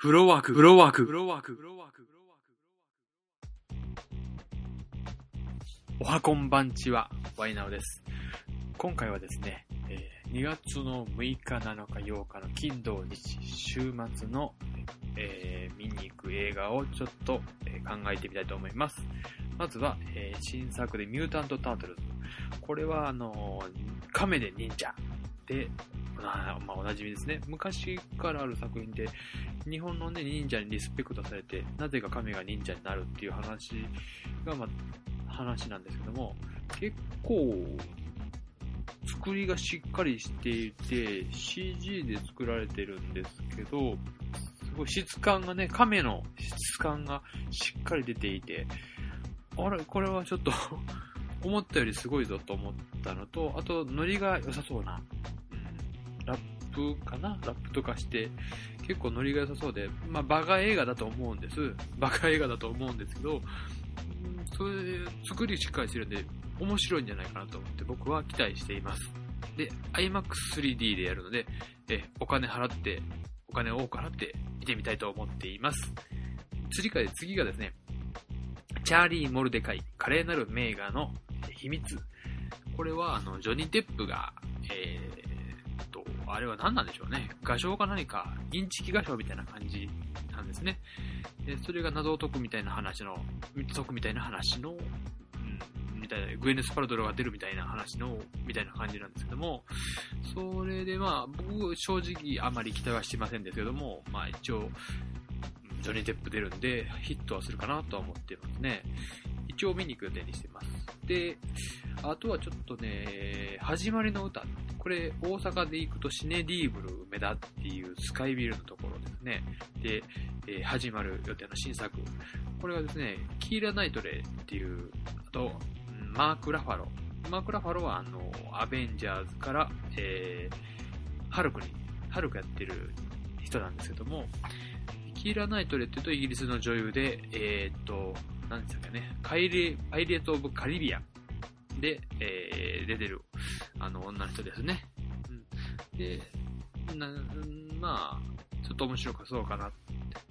フロワーク、フロワーク、フロワーク、フロワーク。おはこんばんちは、ワイナオです。今回はですね、2月の6日、7日、8日の金土日、週末の、見に行く映画をちょっと、考えてみたいと思います。まずは、新作でミュータント・タートルズ。これは亀で忍者で、おなじみですね。昔からある作品で、日本のね、忍者にリスペクトされて、なぜか亀が忍者になるっていう話が、話なんですけども、結構、作りがしっかりしていて、CG で作られてるんですけど、すごい質感がね、亀の質感がしっかり出ていて、あれ、これはちょっと思ったよりすごいぞと思ったのと、あと、ノリが良さそうな、ラップかな？ラップとかして、結構ノリが良さそうで、バカ映画だと思うんです。バカ映画だと思うんですけど、それで作りしっかりしてるんで、面白いんじゃないかなと思って僕は期待しています。で、IMAX3D でやるので、お金を多く払って見てみたいと思っています。次がですね、チャーリー・モルデカイ、華麗なる名画の秘密。これはジョニー・デップが、あれは何なんでしょうね。画商か何か、インチキ画商みたいな感じなんですね。で、それが謎を解くみたいな話の、みたいな、グエネス・パルドロが出るみたいな話の、みたいな感じなんですけども、それで僕、正直あまり期待はしてませんですけども、一応、ジョニー・デップ出るんで、ヒットはするかなとは思ってますね。一応見に行く予定にしてます。で、あとはちょっとね、始まりの歌。これ、大阪で行くとシネディーブル梅田っていうスカイビルのところですね。で、始まる予定の新作。これはですね、キーラ・ナイトレイっていう、あと、マーク・ラファロ。マーク・ラファロはアベンジャーズから、ハルクやってる人なんですけども、キーラ・ナイトレイって言うとイギリスの女優で、何ですかね、パイレート・オブ・カリビアンで、出てる、女の人ですね。で、ちょっと面白そうかなって。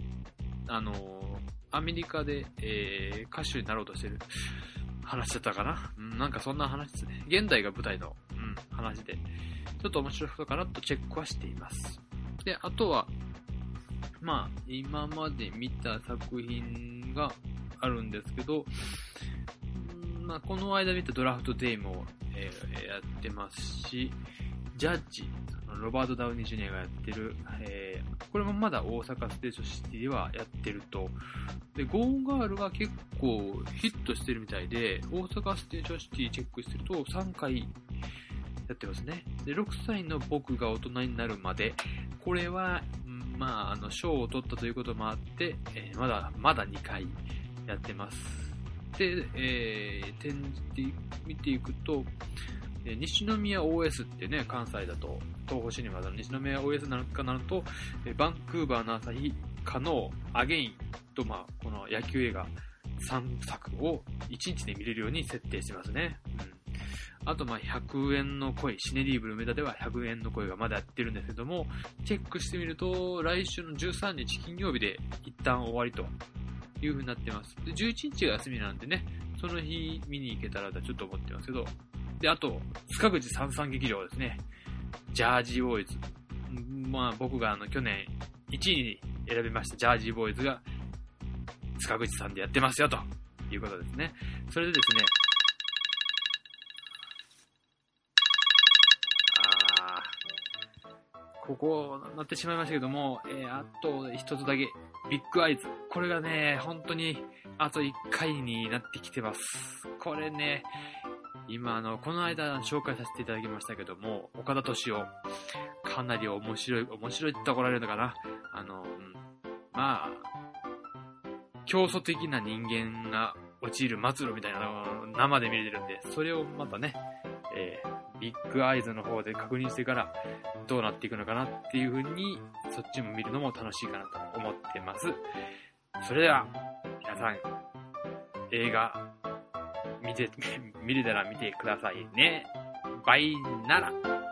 アメリカで、歌手になろうとしてる話だったかな。なんかそんな話ですね。現代が舞台の、話で、ちょっと面白そうかなとチェックはしています。で、あとは、今まで見た作品があるんですけど、この間見たドラフトデイも、やってますし、ジャッジ、ロバート・ダウニー・ジュニアがやってる、これもまだ大阪ステーションシティではやってると。で、ゴーンガールが結構ヒットしてるみたいで、大阪ステーションシティチェックしてると3回やってますね。で、6歳の僕が大人になるまで、これは、賞を取ったということもあって、まだ2回やってます。で、展示で見ていくと、西宮 OS ってね、関西だと、東宝シネマの西宮 OS なのかなると、バンクーバーの朝日、カノー、アゲインと、この野球映画3作を1日で見れるように設定してますね。あと、100円の恋、シネディーブル梅田では100円の恋がまだやってるんですけども、チェックしてみると、来週の13日金曜日で一旦終わりという風になってます。で、11日が休みなんでね、その日見に行けたらとちょっと思ってますけど、で、あと、塚口三三劇場ですね。ジャージーボーイズ。僕が去年1位に選びましたジャージーボーイズが、塚口さんでやってますよ、ということですね。それでですね、ここなってしまいましたけども、あと一つだけ、ビッグアイズ。これがね、本当にあと1回になってきてます。これね、今この間紹介させていただきましたけども、岡田敏夫。かなり面白いって怒られるのかな。競争的な人間が陥る末路みたいなのを生で見れてるんで、それをまたね、ビッグアイズの方で確認してからどうなっていくのかなっていう風に、そっちも見るのも楽しいかなと思ってます。それでは皆さん、映画見れたら見てくださいね。バイなら。